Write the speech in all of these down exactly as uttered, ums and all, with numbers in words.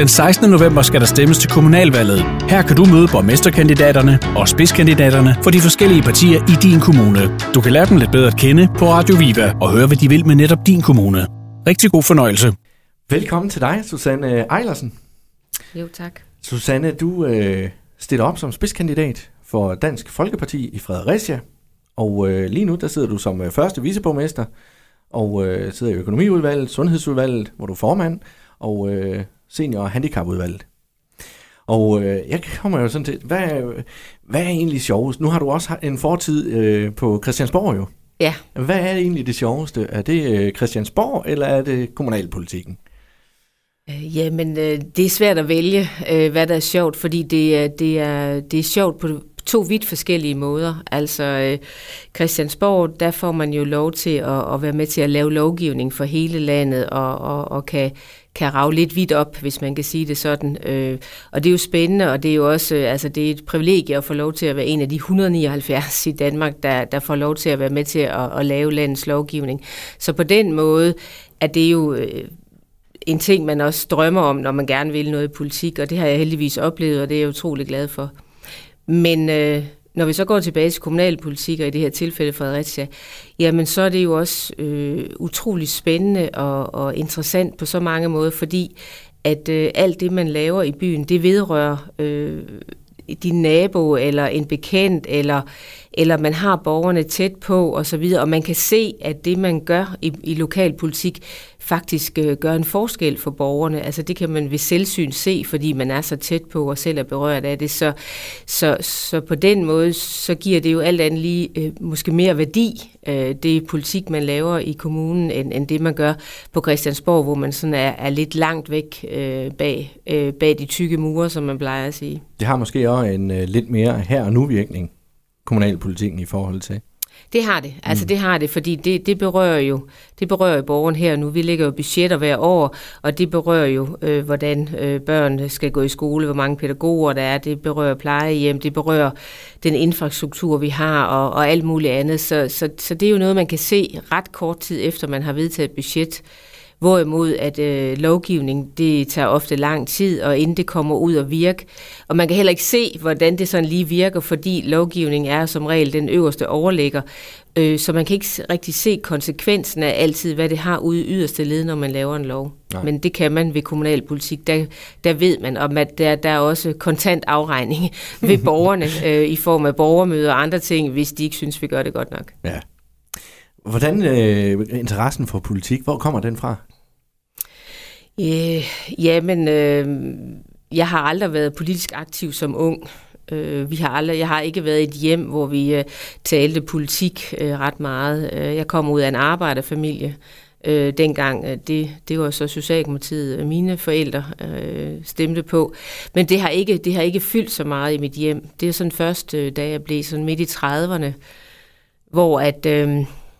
Den sekstende november skal der stemmes til kommunalvalget. Her kan du møde borgmesterkandidaterne og spidskandidaterne for de forskellige partier i din kommune. Du kan lære dem lidt bedre at kende på Radio Viva og høre, hvad de vil med netop din kommune. Rigtig god fornøjelse. Velkommen til dig, Susanne Eilersen. Jo, tak. Susanne, du øh, stiller op som spidskandidat for Dansk Folkeparti i Fredericia. Og øh, lige nu, der sidder du som øh, første viceborgmester og øh, sidder i økonomiudvalget, sundhedsudvalget, hvor du er formand, og øh, senior- og handicapudvalget. Og øh, jeg kommer jo sådan til, hvad, hvad er egentlig sjovest? Nu har du også en fortid øh, på Christiansborg jo. Ja. Hvad er egentlig det sjoveste? Er det øh, Christiansborg, eller er det kommunalpolitikken? Øh, jamen, øh, det er svært at vælge, øh, hvad der er sjovt, fordi det er, det er, det er sjovt på to vidt forskellige måder. Altså øh, Christiansborg, der får man jo lov til at, at være med til at lave lovgivning for hele landet, og, og, og kan, kan rage lidt vidt op, hvis man kan sige det sådan. Øh, og det er jo spændende, og det er jo også øh, altså, det er et privilegie at få lov til at være en af de et hundrede nioghalvfjerds i Danmark, der, der får lov til at være med til at, at lave landets lovgivning. Så på den måde er det jo øh, en ting, man også drømmer om, når man gerne vil noget i politik, og det har jeg heldigvis oplevet, og det er jeg utrolig glad for. Men øh, når vi så går tilbage til kommunalpolitik, og i det her tilfælde Fredericia, jamen så er det jo også øh, utrolig spændende og, og interessant på så mange måder, fordi at øh, alt det, man laver i byen, det vedrører øh, din nabo eller en bekendt, eller, eller man har borgerne tæt på og så videre, og man kan se, at det, man gør i, i lokalpolitik, faktisk øh, gør en forskel for borgerne. Altså det kan man ved selvsyn se, fordi man er så tæt på og selv er berørt af det. Så, så, så på den måde, så giver det jo alt andet lige øh, måske mere værdi, øh, det politik, man laver i kommunen, end, end det, man gør på Christiansborg, hvor man sådan er, er lidt langt væk øh, bag, øh, bag de tykke mure, som man plejer at sige. Det har måske også en øh, lidt mere her og nu virkning, kommunalpolitikken i forhold til. Det har det, altså mm. det har det, fordi det, det berører jo det berører jo borgeren her nu. Vi lægger jo budgetter hver år, og det berører jo, øh, hvordan øh, børn skal gå i skole, hvor mange pædagoger der er, det berører plejehjem, det berører den infrastruktur, vi har, og, og alt muligt andet. Så, så, så det er jo noget, man kan se ret kort tid efter, man har vedtaget et budget. Hvorimod at øh, lovgivning, det tager ofte lang tid, og inden det kommer ud og virke. Og man kan heller ikke se, hvordan det sådan lige virker, fordi lovgivning er som regel den øverste overligger. Øh, så man kan ikke rigtig se konsekvensen af altid, hvad det har ude i yderste led, når man laver en lov. Nej. Men det kan man ved kommunalpolitik. Der, der ved man, om at der, der er også kontant afregning ved borgerne øh, i form af borgermøder og andre ting, hvis de ikke synes, vi gør det godt nok. Ja. Hvordan øh, interessen for politik, hvor kommer den fra? Øh, jamen, øh, jeg har aldrig været politisk aktiv som ung. Øh, vi har aldrig, jeg har ikke været i et hjem, hvor vi øh, talte politik øh, ret meget. Jeg kom ud af en arbejderfamilie. Øh, dengang, det, det var så Socialdemokratiet, mine forældre øh, stemte på. Men det har, ikke, det har ikke fyldt så meget i mit hjem. Det er sådan først, øh, da jeg blev sådan midt i trediverne, hvor at... Øh,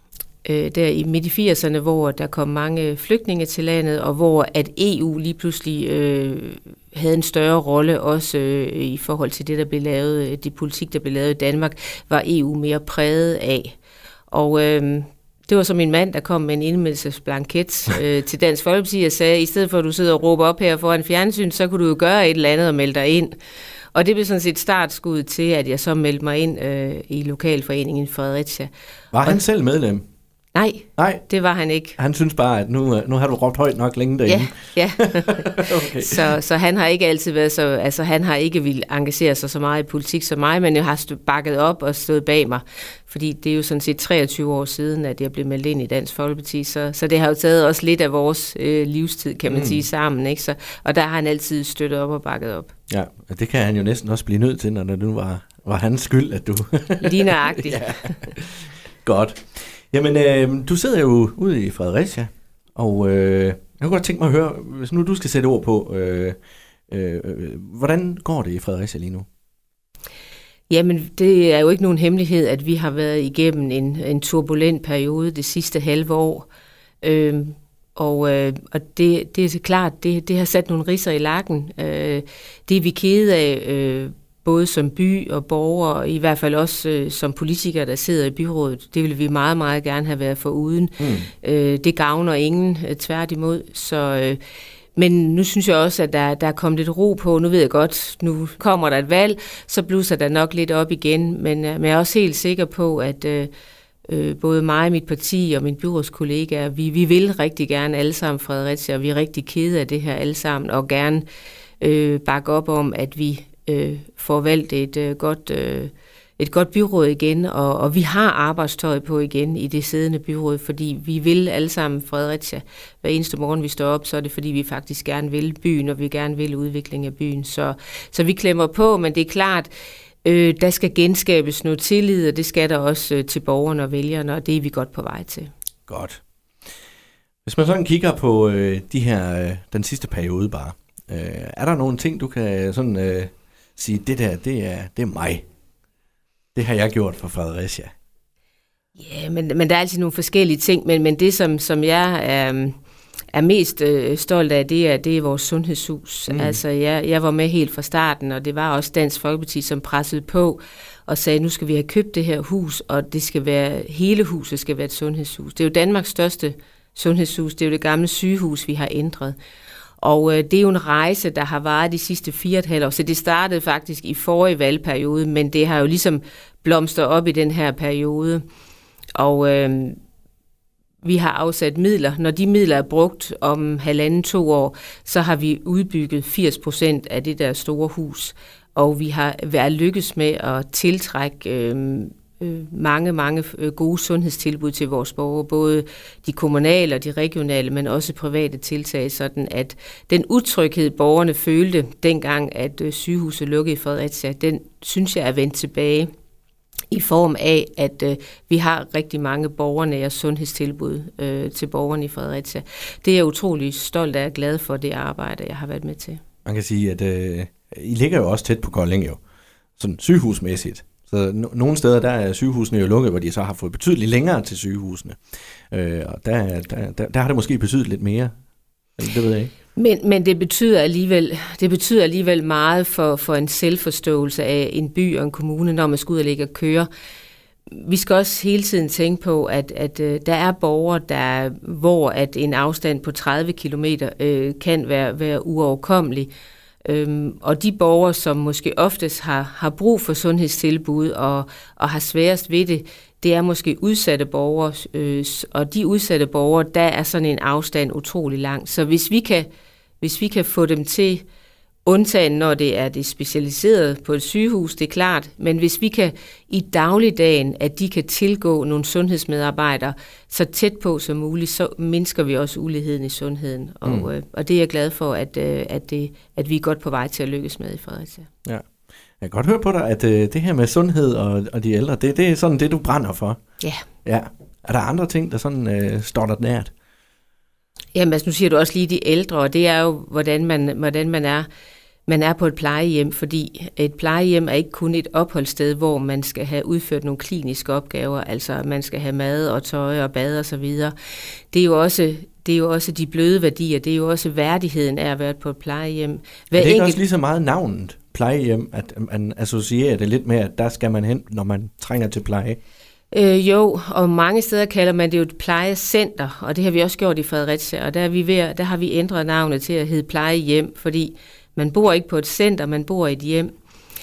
der i midt i firserne, hvor der kom mange flygtninge til landet, og hvor at E U lige pludselig øh, havde en større rolle, også øh, i forhold til det, der blev lavet, det politik, der blev lavet i Danmark, var E U mere præget af. Og øh, det var så min mand, der kom med en indmeldelsesblanket øh, til Dansk Folkeparti og sagde, i stedet for at du sidder og råber op her foran fjernsyn, så kunne du jo gøre et eller andet og melde dig ind. Og det blev sådan set startskud til, at jeg så meldte mig ind øh, i lokalforeningen i Fredericia. Var han og, selv medlem? Nej, Nej, det var han ikke. Han synes bare, at nu, nu har du råbt højt nok længe derinde. Ja, ja. Okay. så, så han har ikke altid været så, altså han har ikke ville engagere sig så meget i politik som mig, men jeg har bakket op og stået bag mig, fordi det er jo sådan set treogtyve år siden, at jeg blev meldt ind i Dansk Folkeparti, så, så det har jo taget også lidt af vores øh, livstid, kan man mm. sige, sammen, ikke? Så, og der har han altid støttet op og bakket op. Ja, og det kan han jo næsten også blive nødt til, når det nu var, var hans skyld, at du... Lige nøjagtigt. Ja. Godt. Jamen, øh, du sidder jo ude i Fredericia, og øh, jeg kunne godt tænke mig at høre, hvis nu du skal sætte ord på, øh, øh, hvordan går det i Fredericia lige nu? Jamen, det er jo ikke nogen hemmelighed, at vi har været igennem en, en turbulent periode det sidste halve år. Øh, og øh, og det, det er klart, det, det har sat nogle ridser i lakken. Øh, det er vi kede af, øh, både som by og borgere, og i hvert fald også øh, som politikere, der sidder i byrådet. Det vil vi meget, meget gerne have været foruden. Mm. Øh, det gavner ingen, øh, tværtimod. Så, øh, Men nu synes jeg også, at der, der er kommet lidt ro på. Nu ved jeg godt, nu kommer der et valg, så blusser der nok lidt op igen. Men, men jeg er også helt sikker på, at øh, både mig, mit parti og mine byrådskollegaer, vi, vi vil rigtig gerne alle sammen Fredericia, og vi er rigtig kede af det her alle sammen, og gerne øh, bakke op om, at vi øh, får valgt et øh, godt... Øh, et godt byråd igen, og, og vi har arbejdstøjet på igen i det siddende byråd, fordi vi vil alle sammen Fredericia. Hver eneste morgen, vi står op, så er det, fordi vi faktisk gerne vil byen, og vi gerne vil udvikling af byen. Så, så vi klemmer på, men det er klart, øh, der skal genskabes noget tillid, og det skal der også øh, til borgerne og vælgerne, og det er vi godt på vej til. Godt. Hvis man sådan kigger på øh, de her, øh, den sidste periode bare, øh, er der nogle ting, du kan sådan øh, sige, det der, det er, det er mig. Det har jeg gjort for Fredericia. Ja, men, men der er altid nogle forskellige ting, men, men det, som, som jeg er, er mest øh, stolt af, det er, det er vores sundhedshus. Mm. Altså, jeg, jeg var med helt fra starten, og det var også Dansk Folkeparti, som pressede på og sagde, nu skal vi have købt det her hus, og det skal være, hele huset skal være et sundhedshus. Det er jo Danmarks største sundhedshus, det er jo det gamle sygehus, vi har ændret. Og øh, det er jo en rejse, der har varet de sidste fire og et halvt år, så det startede faktisk i forrige valgperiode, men det har jo ligesom blomstret op i den her periode. Og øh, vi har afsat midler. Når de midler er brugt om halvanden to år, så har vi udbygget firs procent af det der store hus. Og vi har været lykkes med at tiltrække øh, mange, mange gode sundhedstilbud til vores borgere, både de kommunale og de regionale, men også private tiltag, sådan at den utryghed, borgerne følte dengang, at sygehuset lukkede i Fredericia, den synes jeg er vendt tilbage i form af, at øh, vi har rigtig mange borgernære sundhedstilbud øh, til borgerne i Fredericia. Det er jeg utrolig stolt af og glad for, det arbejde, jeg har været med til. Man kan sige, at øh, I ligger jo også tæt på Kolding jo, sådan sygehusmæssigt. Så no- nogle steder, der er sygehusene jo lukket, hvor de så har fået betydeligt længere til sygehusene. Øh, og der, der, der, der har det måske betydet lidt mere. Det ved jeg ikke. Men, men det betyder alligevel, det betyder alligevel meget for, for en selvforståelse af en by og en kommune, når man skal ud og ligge og køre. Vi skal også hele tiden tænke på, at, at uh, der er borgere, der, hvor at en afstand på tredive kilometer øh, kan være, være uoverkommelig. Øhm, og de borgere, som måske oftest har, har brug for sundhedstilbud og, og har sværest ved det, det er måske udsatte borgere, øh, og de udsatte borgere, der er sådan en afstand utrolig lang. Så hvis vi kan, hvis vi kan få dem til, undtagen når det er det specialiserede på et sygehus, det er klart, men hvis vi kan i dagligdagen, at de kan tilgå nogle sundhedsmedarbejdere så tæt på som muligt, så mindsker vi også uligheden i sundheden. Og, mm. øh, og det er jeg glad for, at, øh, at, det, at vi er godt på vej til at lykkes med i Fredericia. Ja. Jeg kan godt høre på dig, at øh, det her med sundhed og, og de ældre, det, det er sådan det, du brænder for. Ja. Ja. Er der andre ting, der sådan øh, står dig nært? Jamen, altså, nu siger du også lige de ældre, og det er jo, hvordan man, hvordan man er. Man er på et plejehjem, fordi et plejehjem er ikke kun et opholdssted, hvor man skal have udført nogle kliniske opgaver, altså man skal have mad og tøj og bad og så videre. Det er jo også, det er jo også de bløde værdier, det er jo også værdigheden af at være på et plejehjem. Hver er det ikke enkelt... også lige så meget navnet plejehjem, at man associerer det lidt med, at der skal man hen, når man trænger til pleje? Øh, jo, og mange steder kalder man det jo et plejecenter, og det har vi også gjort i Fredericia, og der, er vi ved, der har vi ændret navnet til at hedde plejehjem, fordi man bor ikke på et center, man bor i et hjem.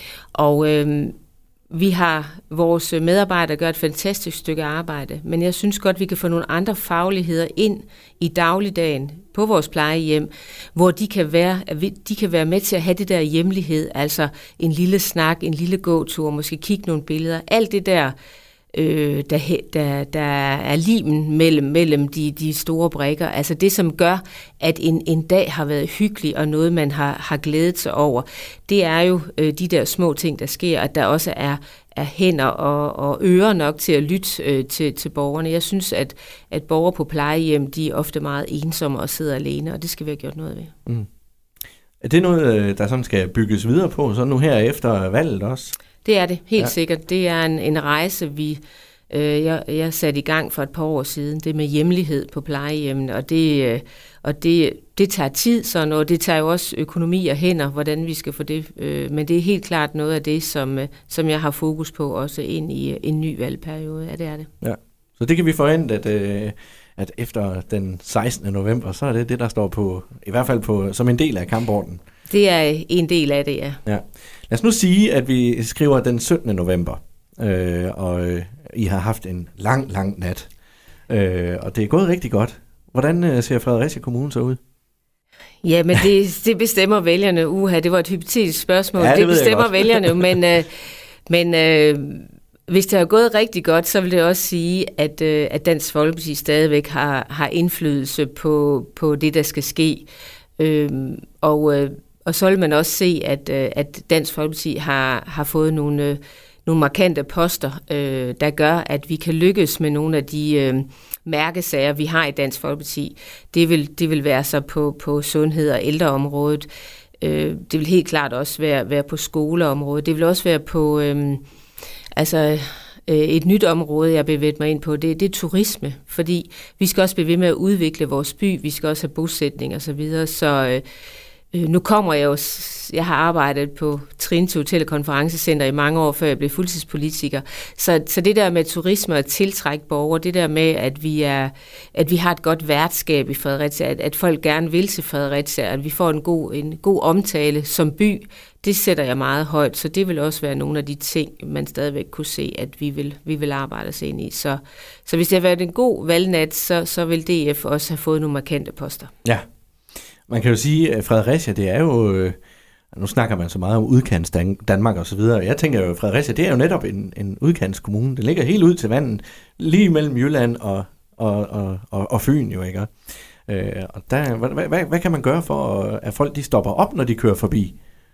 Og øh, vi har, vores medarbejdere gør et fantastisk stykke arbejde, men jeg synes godt, vi kan få nogle andre fagligheder ind i dagligdagen på vores plejehjem, hvor de kan være, de kan være med til at have det der hjemlighed, altså en lille snak, en lille gåtur, måske kigge nogle billeder, alt det der, Øh, der, der, der er limen mellem, mellem de, de store brikker. Altså det, som gør, at en, en dag har været hyggelig, og noget, man har, har glædet sig over, det er jo øh, de der små ting, der sker, at der også er, er hænder og, og ører nok til at lytte øh, til, til borgerne. Jeg synes, at, at borgere på plejehjem, de er ofte meget ensomme og sidder alene, og det skal vi have gjort noget ved. Mm. Er det noget, der sådan skal bygges videre på, så nu her efter valget også? Det er det, helt ja. sikkert. Det er en, en rejse, vi øh, jeg, jeg satte i gang for et par år siden. Det med hjemlighed på plejehjemmene, og det, øh, og det, det tager tid, sådan, og det tager jo også økonomi og hænder, hvordan vi skal få det. Øh, men det er helt klart noget af det, som, øh, som jeg har fokus på også ind i øh, en ny valgperiode. Ja, det er det. Ja. Så det kan vi forvente, at, øh, at efter den sekstende november, så er det det, der står på, i hvert fald på, som en del af kampordenen. Det er en del af det, ja. Ja. Lad os nu sige, at vi skriver den syttende november, øh, og øh, I har haft en lang, lang nat, øh, og det er gået rigtig godt. Hvordan øh, ser Fredericia Kommune så ud? Ja, men det, det bestemmer vælgerne. Uha, det var et hypotetisk spørgsmål. Ja, det, det bestemmer vælgerne, men, øh, men øh, hvis det har gået rigtig godt, så vil det også sige, at, øh, at Dansk Folkeparti stadigvæk har, har indflydelse på, på det, der skal ske. Øh, og, øh, og så vil man også se, at, øh, at Dansk Folkeparti har, har fået nogle, øh, nogle markante poster, øh, der gør, at vi kan lykkes med nogle af de øh, mærkesager, vi har i Dansk Folkeparti. Det vil, det vil være så på, på sundhed- og ældreområdet. Øh, det vil helt klart også være, være på skoleområdet. Det vil også være på øh, altså, øh, et nyt område, jeg bevæger mig ind på. Det, det er turisme, fordi vi skal også blive ved med at udvikle vores by. Vi skal også have bosætning og så videre. Så øh, nu kommer jeg jo... Jeg har arbejdet på Trinity Hotel og Konferencecenter i mange år, før jeg blev fuldtidspolitiker. Så, så det der med turisme og tiltrække borgere, det der med, at vi, er, at vi har et godt værtskab i Fredericia, at, at folk gerne vil til Fredericia, at vi får en god, en god omtale som by, det sætter jeg meget højt. Så det vil også være nogle af de ting, man stadigvæk kunne se, at vi vil, vi vil arbejde os ind i. Så, så hvis det har været en god valgnat, så, så vil D F også have fået nogle markante poster. Ja, man kan jo sige, at Fredericia, det er jo... Øh Nu snakker man så meget om udkants Danmark og så videre. Jeg tænker jo, at Fredericia, det er jo netop en, en udkantskommune. Den ligger helt ud til vandet, lige mellem Jylland og, og, og, og, og Fyn jo, ikke? Øh, og der, hvad, hvad, hvad kan man gøre for, at folk de stopper op, når de kører forbi?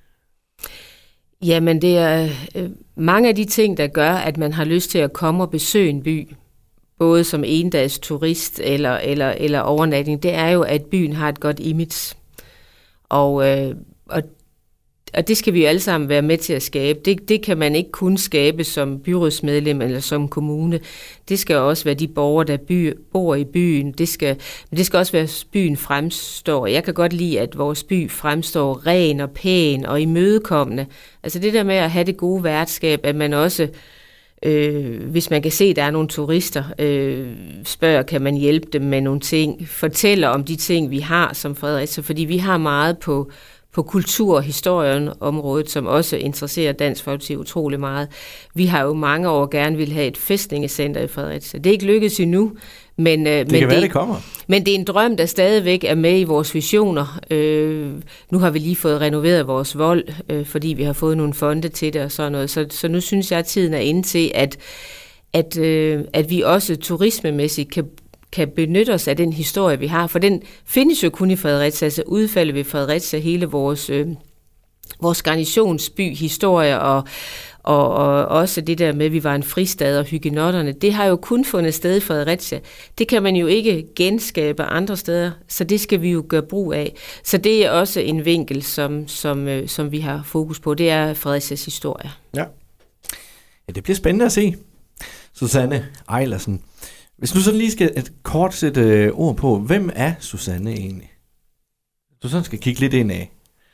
Jamen, det er øh, mange af de ting, der gør, at man har lyst til at komme og besøge en by, både som endags turist eller, eller, eller overnatning, det er jo, at byen har et godt image. Og, øh, og Og det skal vi jo alle sammen være med til at skabe. Det, det kan man ikke kun skabe som byrådsmedlem eller som kommune. Det skal også være de borgere, der by, bor i byen. Det skal, men det skal også være, at byen fremstår. Jeg kan godt lide, at vores by fremstår ren og pæn og imødekommende. Altså det der med at have det gode værtskab, at man også, øh, hvis man kan se, at der er nogle turister, øh, spørger, kan man hjælpe dem med nogle ting. Fortæller om de ting, vi har som Fredericia, fordi vi har meget på på kultur- og historieområdet, som også interesserer Dansk Folkeparti utrolig meget. Vi har jo mange år gerne vil have et fæstningscenter i Fredericia. Det er ikke lykkedes endnu, men, det men, kan være, det, det kommer. men det er en drøm, der stadigvæk er med i vores visioner. Øh, nu har vi lige fået renoveret vores vold, øh, fordi vi har fået nogle fonde til det og sådan noget. Så, så nu synes jeg, at tiden er inde til, at, at, øh, at vi også turismemæssigt kan kan benytte os af den historie, vi har, for den findes jo kun i Fredericia, altså udfaldet ved Fredericia, hele vores, øh, vores garnisonsby, historie og, og, og også det der med, at vi var en fristad og hygenotterne, det har jo kun fundet sted i Fredericia. Det kan man jo ikke genskabe andre steder, så det skal vi jo gøre brug af. Så det er også en vinkel, som, som, øh, som vi har fokus på, det er Fredericias historie. Ja. Ja, det bliver spændende at se. Susanne Eilersen. Hvis du så lige skal et kort sætte øh, ord på, hvem er Susanne egentlig? Du sådan skal kigge lidt ind af.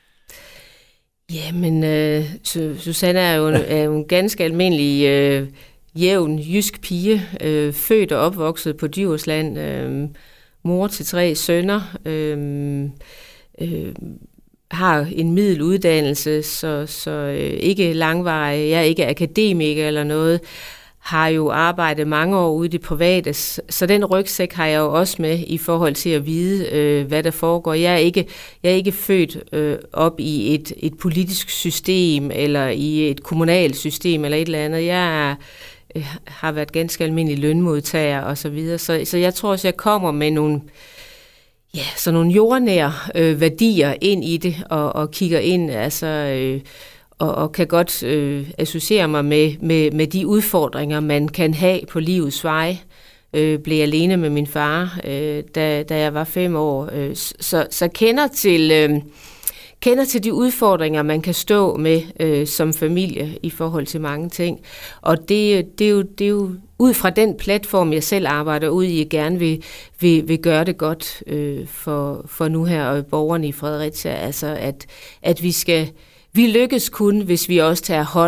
Jamen, øh, Susanne er jo en, er jo en ganske almindelig øh, jævn jysk pige, øh, født og opvokset på Djursland, øh, mor til tre sønner, øh, øh, har en middeluddannelse, så, så øh, ikke langvarig, jeg er ikke akademiker eller noget, har jo arbejdet mange år ude i det private, så den rygsæk har jeg jo også med i forhold til at vide, øh, hvad der foregår. Jeg er ikke, jeg er ikke født øh, op i et, et politisk system, eller i et kommunalt system, eller et eller andet. Jeg er, øh, har været ganske almindelig lønmodtager, og så videre. Så, så jeg tror også, jeg kommer med nogle, ja, så nogle jordnære øh, værdier ind i det, og, og kigger ind, altså... Øh, Og, og kan godt øh, associere mig med, med, med de udfordringer, man kan have på livets vej. Øh, blev alene med min far, øh, da, da jeg var fem år. Øh, så, så kender til, øh, kender til de udfordringer, man kan stå med øh, som familie i forhold til mange ting. Og det, det, er jo, det er jo ud fra den platform, jeg selv arbejder ud i, jeg gerne vil, vil, vil gøre det godt øh, for, for nu her og borgerne i Fredericia. Altså at, at vi skal... Vi lykkes kun, hvis vi også tager hånd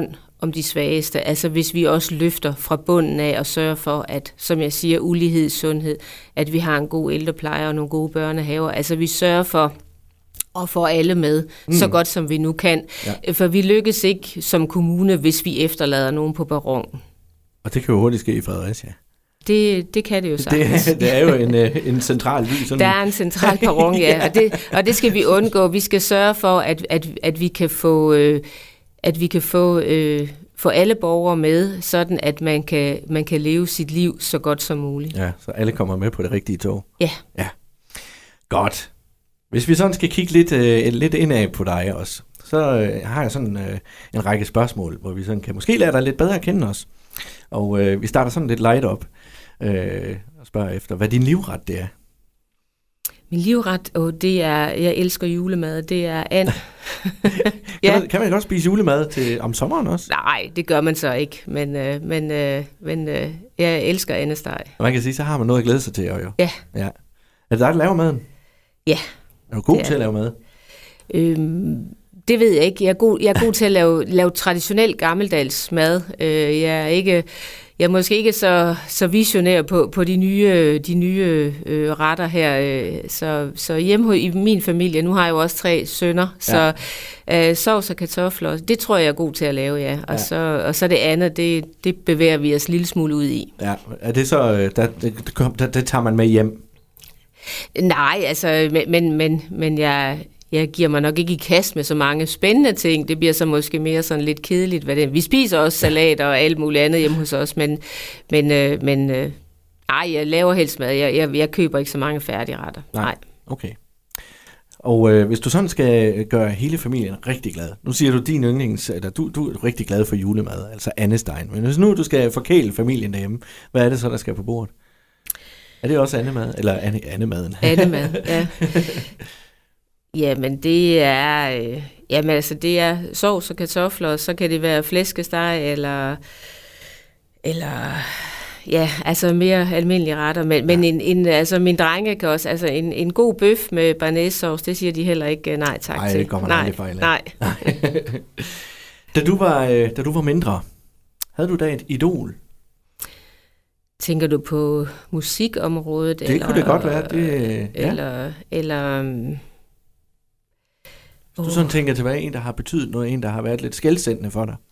om de svageste. Altså hvis vi også løfter fra bunden af og sørger for, at, som jeg siger, ulighed i sundhed, at vi har en god ældrepleje og nogle gode børnehaver. Altså vi sørger for at få alle med, mm. så godt som vi nu kan. Ja. For vi lykkes ikke som kommune, hvis vi efterlader nogen på perronen. Og det kan jo hurtigt ske i Fredericia. Det, det kan det jo sagtens. Det, det er jo en, en central by. Sådan. Der er en central perron, ja. Og det, og det skal vi undgå. Vi skal sørge for, at, at, at vi kan få, øh, at vi kan få, øh, få alle borgere med, sådan at man kan, man kan leve sit liv så godt som muligt. Ja, så alle kommer med på det rigtige tog. Ja. Ja. Godt. Hvis vi sådan skal kigge lidt, øh, lidt indad på dig også, så øh, har jeg sådan øh, en række spørgsmål, hvor vi sådan kan måske lære dig lidt bedre at kende os. Og øh, vi starter sådan lidt light op øh, og spørger efter, hvad din livret det er. Min livret, oh, det er, jeg elsker julemad, det er and. ja. kan, man, kan man godt spise julemad til om sommeren også? Nej, det gør man så ikke, men, øh, men, øh, men øh, jeg elsker andesteg. Man kan sige, så har man noget at glæde sig til, jo. Ja. ja. Er det dig, der laver maden? Ja. Er du god til at lave mad? Øhm, det ved jeg ikke. Jeg er god, jeg er god til at lave, lave traditionel gammeldags mad. Øh, jeg er ikke... Jeg er måske ikke så, så visionær på, på de nye, de nye øh, retter her. Øh, så, så hjemme i min familie, nu har jeg jo også tre sønner, ja. så øh, sovs og kartofler, det tror jeg er god til at lave, ja. Og, ja. Så, og så det andet, det, det bevæger vi os en lille smule ud i. Ja, er det så, der, der, det tager man med hjem? Nej, altså, men, men, men jeg... Jeg giver mig nok ikke i kast med så mange spændende ting. Det bliver så måske mere sådan lidt kedeligt. Hvad det. Vi spiser også salat og alt muligt andet hjemme hos os, men, men, øh, men øh, ej, jeg laver helst mad. Jeg, jeg, jeg køber ikke så mange færdigretter. Nej. nej. Okay. Og øh, hvis du sådan skal gøre hele familien rigtig glad. Nu siger du din yndlings, eller du, du er rigtig glad for julemad, altså andesteg. Men hvis nu du skal forkæle familien derhjemme, hvad er det så, der skal på bordet? Er det også andemad? Eller ande, andemaden? Andemad, ja. Jamen det er, øh, jamen altså det er sovs og kartofler, så kan det være flæskesteg eller, eller ja, altså mere almindelige retter. Men, ja. men en, en, altså min drenge kan også, altså en, en god bøf med bearnaisesauce, det siger de heller ikke nej tak Ej, til. Nej, det kommer man aldrig fejl af. Nej. da, du var, da du var mindre, havde du da et idol? Tænker du på musikområdet? Det eller, kunne det godt være. Det, ja. Eller... eller Hvis du sådan tænker tilbage, en, der har betydet noget, en, der har været lidt skelsættende for dig?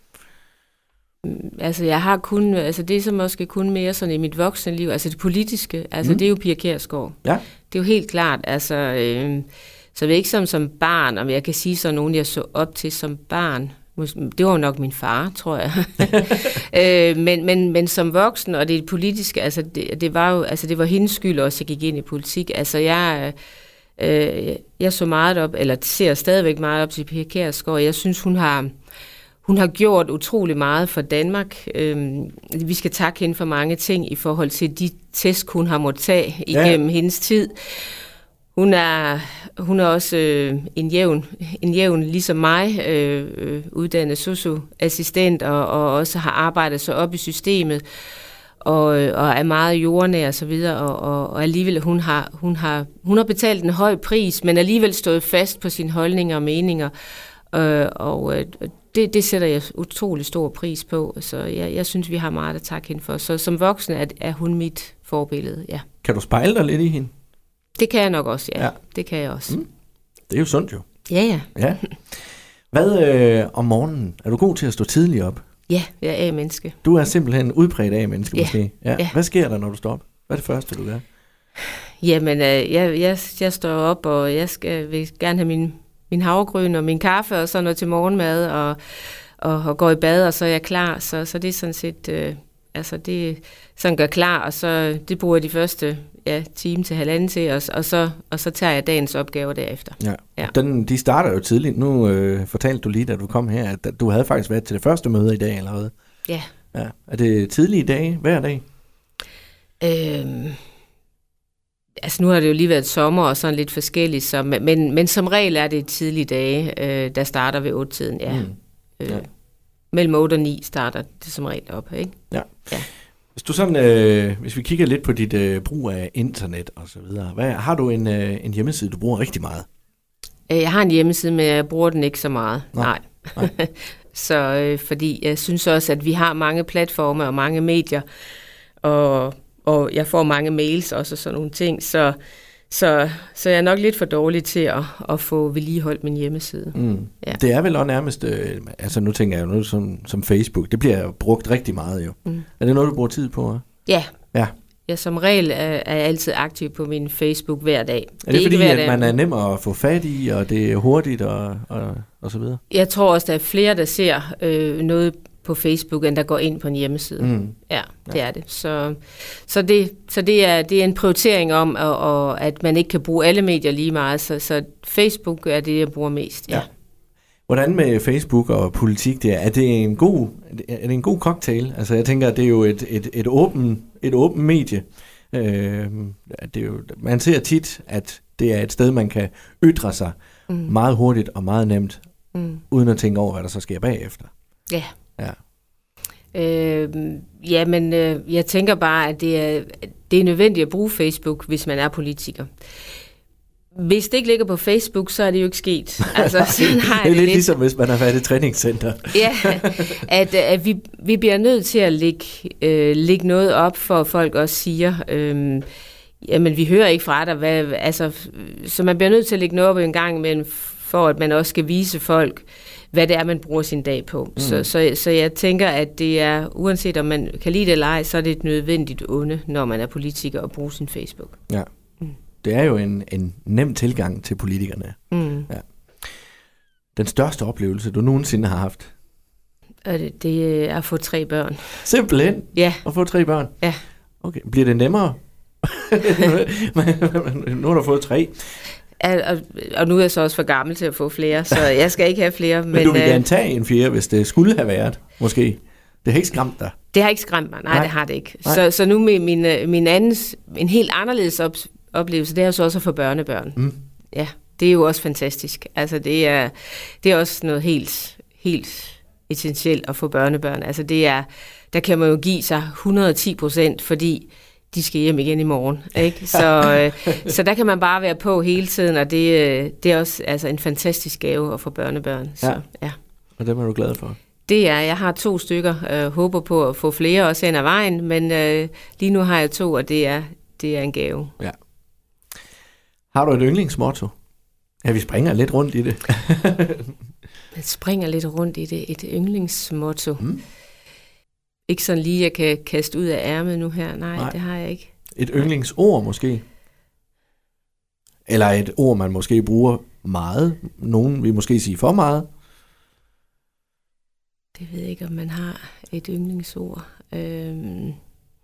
Altså, jeg har kun, altså det er så måske kun mere sådan i mit voksne liv, altså det politiske, altså mm. det er jo Pia Kjærsgaard. Ja. Det er jo helt klart, altså, øh, så jeg ikke som, som barn, om jeg kan sige så nogen, jeg så op til som barn, det var jo nok min far, tror jeg. øh, men, men, men som voksen, og det politiske, altså det, det var jo, altså det var hendes skyld også, jeg gik ind i politik. Altså jeg... Øh, jeg så meget op, eller ser stadigvæk meget op til Pia Kjærsgaard. Jeg synes, hun har, hun har gjort utrolig meget for Danmark. Øh, vi skal takke hende for mange ting i forhold til de tæsk, hun har måttet tage igennem ja. hendes tid. Hun er, hun er også øh, en jævn, en jævn ligesom mig, øh, uddannet sosu-assistent, og, og også har arbejdet sig op i systemet. Og, og er meget jordnær og så videre, og, og, og alligevel hun har, hun, har, hun har betalt en høj pris, men alligevel stået fast på sine holdninger og meninger, øh, og det, det sætter jeg utrolig stor pris på, så jeg, jeg synes, vi har meget at takke hende for. Så som voksen er, er hun mit forbillede, ja. Kan du spejle dig lidt i hende? Det kan jeg nok også, ja. ja. Det kan jeg også. Mm. Det er jo sundt jo. Ja, ja. ja. Hvad øh, om morgenen? Er du god til at stå tidligt op? Ja, jeg er A-menneske. Du er simpelthen udbredt A-menneske ja. måske. Ja. Ja. Hvad sker der, når du står op? Hvad er det første, du gør? Jamen, øh, jeg, jeg, jeg står op, og jeg skal, vil gerne have min, min havregryn og min kaffe og sådan noget til morgenmad, og, og, og går i bad, og så er jeg klar. Så, så det er sådan set, øh, altså det sådan gør klar, og så det bruger jeg de første ja, time til halvanden til, og, og, så, og så tager jeg dagens opgaver derefter. Ja, ja. Den, de starter jo tidligt. Nu øh, fortalte du lige, da du kom her, at du havde faktisk været til det første møde i dag allerede. Ja. ja. Er det tidlige dage, hver dag? Øhm, altså nu har det jo lige været sommer og sådan lidt forskelligt, så, men, men som regel er det tidlige dage, øh, der starter ved otte-tiden, ja. Mm. ja. Øh, mellem otte og ni starter det som regel op, ikke? Ja. ja. Hvis du sådan, øh, hvis vi kigger lidt på dit øh, brug af internet og så videre, hvad, har du en, øh, en hjemmeside, du bruger rigtig meget? Jeg har en hjemmeside, men jeg bruger den ikke så meget. Nå. Nej. Nej. Så øh, fordi jeg synes også, at vi har mange platforme og mange medier, og, og jeg får mange mails også og sådan nogle ting, så, så, så jeg er nok lidt for dårlig til at, at få vedligeholdt min hjemmeside. Mm. Ja. Det er vel også nærmest, øh, altså nu tænker jeg jo noget som, som Facebook, det bliver brugt rigtig meget jo. Mm. Er det noget, du bruger tid på? Ja. Ja. Jeg som regel er, er jeg altid aktiv på min Facebook hver dag. Er det, det fordi, at man er nem at få fat i, og det er hurtigt og, og, og så videre? Jeg tror også, der er flere, der ser øh, noget på Facebook, end der går ind på en hjemmeside. Mm. Ja, det ja. er det. Så, så, det, så det, er, det er en prioritering om, og, og at man ikke kan bruge alle medier lige meget. Så, så Facebook er det, jeg bruger mest. Ja. Ja. Hvordan med Facebook og politik, det er, er det en god, er det en god cocktail? Altså jeg tænker, at det er jo et, et, et, åben, et åben medie. Øh, det er jo, man ser tit, at det er et sted, man kan ytre sig mm. meget hurtigt og meget nemt, mm. uden at tænke over, hvad der så sker bagefter. Ja. Ja. Øh, ja, men øh, jeg tænker bare, at det er, det er nødvendigt at bruge Facebook, hvis man er politiker. Hvis det ikke ligger på Facebook, så er det jo ikke sket. Altså, sådan har det er lidt, lidt ligesom, hvis man har været i et træningscenter. Ja, at, at vi, vi bliver nødt til at lægge, øh, lægge noget op, for folk også siger, øh, jamen vi hører ikke fra dig. Hvad, altså, så man bliver nødt til at lægge noget op en gang imellem, for at man også skal vise folk, hvad det er, man bruger sin dag på. Mm. Så, så, så jeg tænker, at det er, uanset om man kan lide det eller ej, så er det et nødvendigt onde, når man er politiker, at bruge sin Facebook. Ja. Det er jo en, en nem tilgang til politikerne. Mm. Ja. Den største oplevelse, du nogensinde har haft? Det, det er at få tre børn. Simpelthen? Ja. At få tre børn? Ja. Okay. Bliver det nemmere? Nu har du fået tre. Og, og nu er jeg så også for gammel til at få flere, så jeg skal ikke have flere. Men, men du vil gerne tage en fjerde, hvis det skulle have været, måske? Det har ikke skræmt dig? Det har ikke skræmt mig. Nej, Nej. det har det ikke. Så, så nu med min, min andens, en helt anderledes op, oplevelse, det er jo så også at få børnebørn. Mm. Ja, det er jo også fantastisk. Altså det er, det er også noget helt, helt essentielt at få børnebørn. Altså det er, der kan man jo give sig et hundrede og ti procent, fordi de skal hjem igen i morgen. Ikke? Så, øh, så der kan man bare være på hele tiden, og det, det er også altså, en fantastisk gave at få børnebørn. Så, ja. ja. Og dem er du glad for? Det er, jeg har to stykker, øh, håber på at få flere også hen ad vejen, men øh, lige nu har jeg to, og det er, det er en gave. Ja. Har du et yndlingsmotto? Ja, vi springer lidt rundt i det. Man springer lidt rundt i det. Et yndlingsmotto. Mm. Ikke sådan lige, jeg kan kaste ud af ærmet nu her. Nej, Nej. det har jeg ikke. Et yndlingsord måske? Eller et ord, man måske bruger meget? Nogen vil måske sige for meget? Det ved jeg ikke, om man har et yndlingsord. Øhm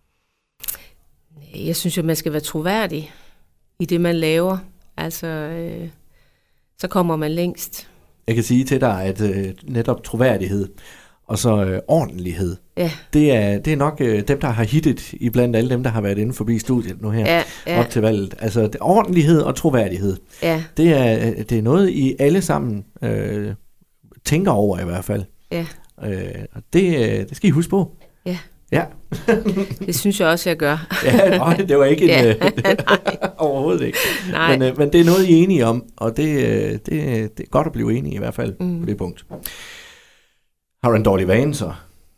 jeg synes jo, man skal være troværdig i det, man laver. Altså, øh, så kommer man længst. Jeg kan sige til dig, at øh, netop troværdighed og så øh, ordentlighed, ja. det, er, det er nok øh, dem, der har hittet i blandt alle dem, der har været inde forbi studiet nu her, ja, ja. op til valget. Altså, det, ordentlighed og troværdighed, ja. det, er, det er noget, I alle sammen øh, tænker over i hvert fald. Ja. Øh, og det, det skal I huske på. Ja. Ja. Det synes jeg også, jeg gør. Ja, nej, det var ikke en... ja, overhovedet ikke. Nej. Men, men det er noget, I er enige om, og det, det, det er godt at blive enige i hvert fald mm. på det punkt. Har du en dårlig vane så?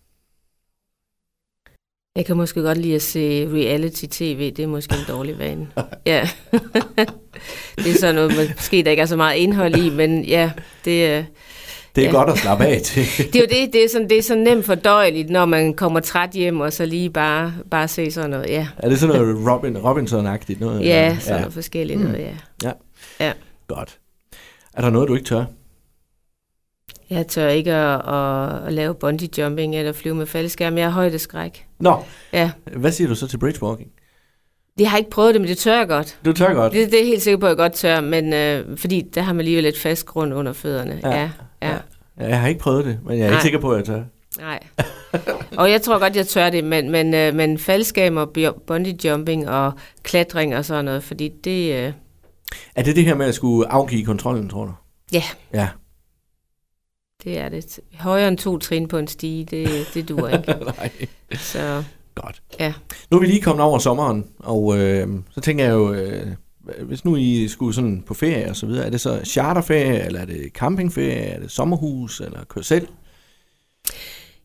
Jeg kan måske godt lide at se reality-tv. Det er måske en dårlig vane. Ja. Det er sådan noget, måske der ikke er så meget indhold i, men ja, det er... Det er ja. godt at slappe af til. Det er jo det, det er sådan, det er sådan nemt fordøjeligt, når man kommer træt hjem, og så lige bare, bare se sådan noget, ja. Er det sådan noget Robin, Robinson-agtigt noget? Ja, sådan ja. noget forskelligt mm. noget, ja. ja. Ja. Godt. Er der noget, du ikke tør? Jeg tør ikke at, at, at lave bungee jumping eller flyve med faldskærm. Jeg har højdeskræk. Nå, ja. Hvad siger du så til bridgewalking? Jeg har ikke prøvet det, men det tør jeg godt. Du tør godt? Det, det er helt sikker på, at jeg godt tør, men øh, fordi der har man lige lidt fast grund under fødderne. Ja, ja. ja. ja. Jeg har ikke prøvet det, men jeg er Nej. ikke sikker på, at jeg tør. Nej. Og jeg tror godt, jeg tør det, men, men, øh, men faldskærm og bungee jumping og klatring og sådan noget, fordi det... Øh... Er det det her med at skulle afgive kontrollen, tror du? Ja. Ja. Det er det. Højere end to trin på en stige, det, det duer ikke. Nej. Så... Godt. Ja. Nu er vi lige kommet over sommeren, og øh, så tænker jeg jo, øh, hvis nu I skulle sådan på ferie og så videre, er det så charterferie, eller er det campingferie, er det sommerhus, eller kør selv?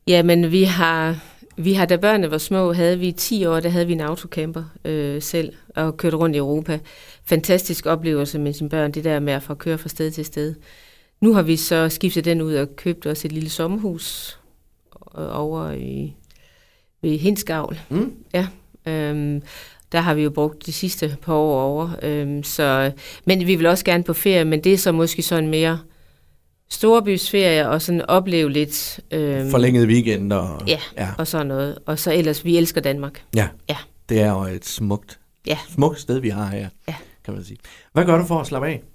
Jamen, vi har, vi har, da børnene var små, havde vi ti år, der havde vi en autocamper øh, selv, og kørte rundt i Europa. Fantastisk oplevelse med sine børn, det der med at få køre fra sted til sted. Nu har vi så skiftet den ud og købt også et lille sommerhus over i ved Hindsgavl. Mm. Ja, øhm, der har vi jo brugt de sidste par år over. Øhm, så, men vi vil også gerne på ferie, men det er så måske sådan mere storbysferie og sådan opleve lidt. Øhm, Forlænget weekend og... Ja, ja, og sådan noget. Og så ellers, vi elsker Danmark. Ja, ja. Det er jo et smukt, ja. smukt sted, vi har her, ja. kan man sige. Hvad gør du for at slappe af?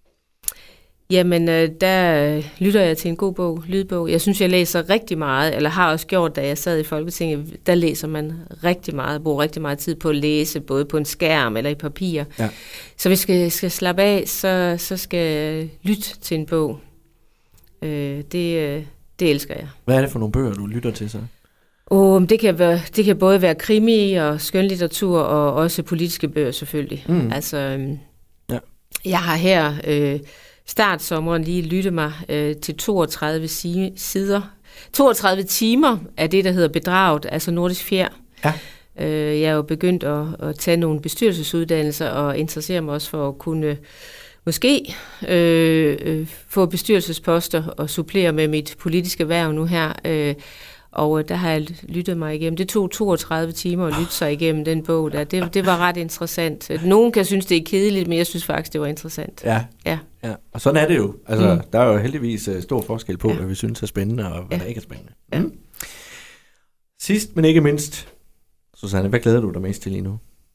Jamen, øh, der lytter jeg til en god bog, lydbog. Jeg synes, jeg læser rigtig meget, eller har også gjort, da jeg sad i Folketinget, der læser man rigtig meget, bruger rigtig meget tid på at læse, både på en skærm eller i papir. Ja. Så hvis jeg skal slappe af, så, så skal jeg lytte til en bog. Øh, det, det elsker jeg. Hvad er det for nogle bøger, du lytter til så? Oh, det, kan være, det kan både være krimi og skønlitteratur, og også politiske bøger selvfølgelig. Mm. Altså, ja. Jeg har her... Øh, startsommeren lige lytte mig øh, til toogtredive sider. toogtredive timer af det, der hedder Bedraget, altså Nordisk Fjer. Ja. Øh, jeg er jo begyndt at, at tage nogle bestyrelsesuddannelser og interesserer mig også for at kunne måske øh, øh, få bestyrelsesposter og supplere med mit politiske hverv nu her. Øh, og der har jeg lyttet mig igennem. Det tog toogtredive timer at lytte sig igennem den bog der. Det, det var ret interessant. Nogen kan synes, det er kedeligt, men jeg synes faktisk, det var interessant. Ja, ja. ja. Og sådan er det jo. Altså, mm. der er jo heldigvis uh, stor forskel på, ja. hvad vi synes er spændende, og hvad ja. der ikke er spændende. Mm. Ja. Sidst, men ikke mindst, Susanne, hvad glæder du dig mest til lige nu?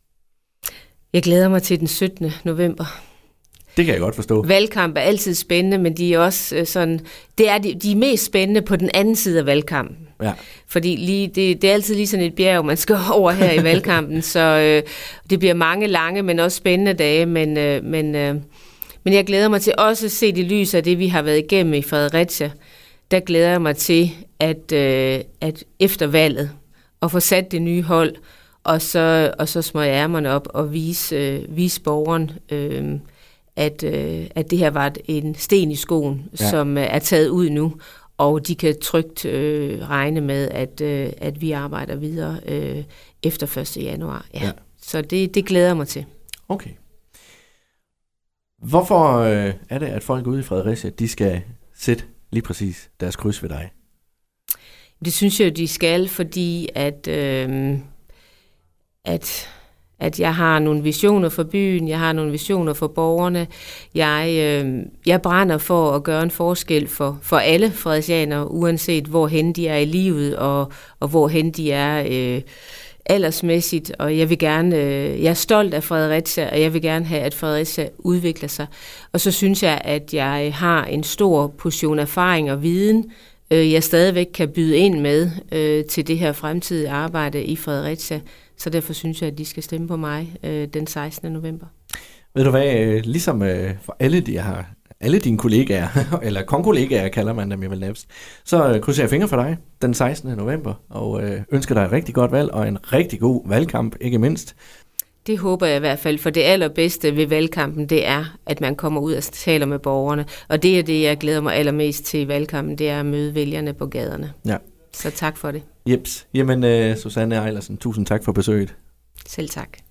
Jeg glæder mig til den syttende november. Det kan jeg godt forstå. Valgkamp er altid spændende, men de er også øh, sådan, det er de, de er mest spændende på den anden side af valgkampen. Ja. Fordi lige, det, det er altid lige sådan et bjerg, man skal over her i valgkampen, så øh, det bliver mange lange, men også spændende dage, men, øh, men, øh, men jeg glæder mig til også at se det lys af det, vi har været igennem i Fredericia. Der glæder jeg mig til, at, øh, at efter valget, at få sat det nye hold, og så, og så smøge ærmerne op og vise, øh, vise borgeren, øh, At, øh, at det her var en sten i skoen, ja. som øh, er taget ud nu, og de kan trygt øh, regne med, at, øh, at vi arbejder videre øh, efter første januar. Ja. Ja. Så det, det glæder jeg mig til. Okay. Hvorfor øh, er det, at folk ude i Fredericia, de skal sætte lige præcis deres kryds ved dig? Det synes jeg, de skal, fordi at... Øh, at at jeg har nogle visioner for byen, jeg har nogle visioner for borgerne. Jeg, øh, jeg brænder for at gøre en forskel for, for alle fredericianere, uanset hvorhen de er i livet, og, og hvorhen de er øh, aldersmæssigt. Og jeg vil gerne, øh, jeg er stolt af Fredericia, og jeg vil gerne have, at Fredericia udvikler sig. Og så synes jeg, at jeg har en stor portion erfaring og viden, øh, jeg stadigvæk kan byde ind med øh, til det her fremtidige arbejde i Fredericia. Så derfor synes jeg, at de skal stemme på mig øh, den sekstende november. Ved du hvad, øh, ligesom øh, for alle, de har, alle dine kollegaer, eller konkollegaer kalder man dem i Valnævst, så øh, krydser jeg fingre for dig den sekstende november, og øh, ønsker dig et rigtig godt valg, og en rigtig god valgkamp, ikke mindst. Det håber jeg i hvert fald, for det allerbedste ved valgkampen, det er, at man kommer ud og taler med borgerne. Og det er det, jeg glæder mig allermest til i valgkampen, det er at møde vælgerne på gaderne. Ja. Så tak for det. Jeps. Jamen, uh, Susanne Eilersen, tusind tak for besøget. Selv tak.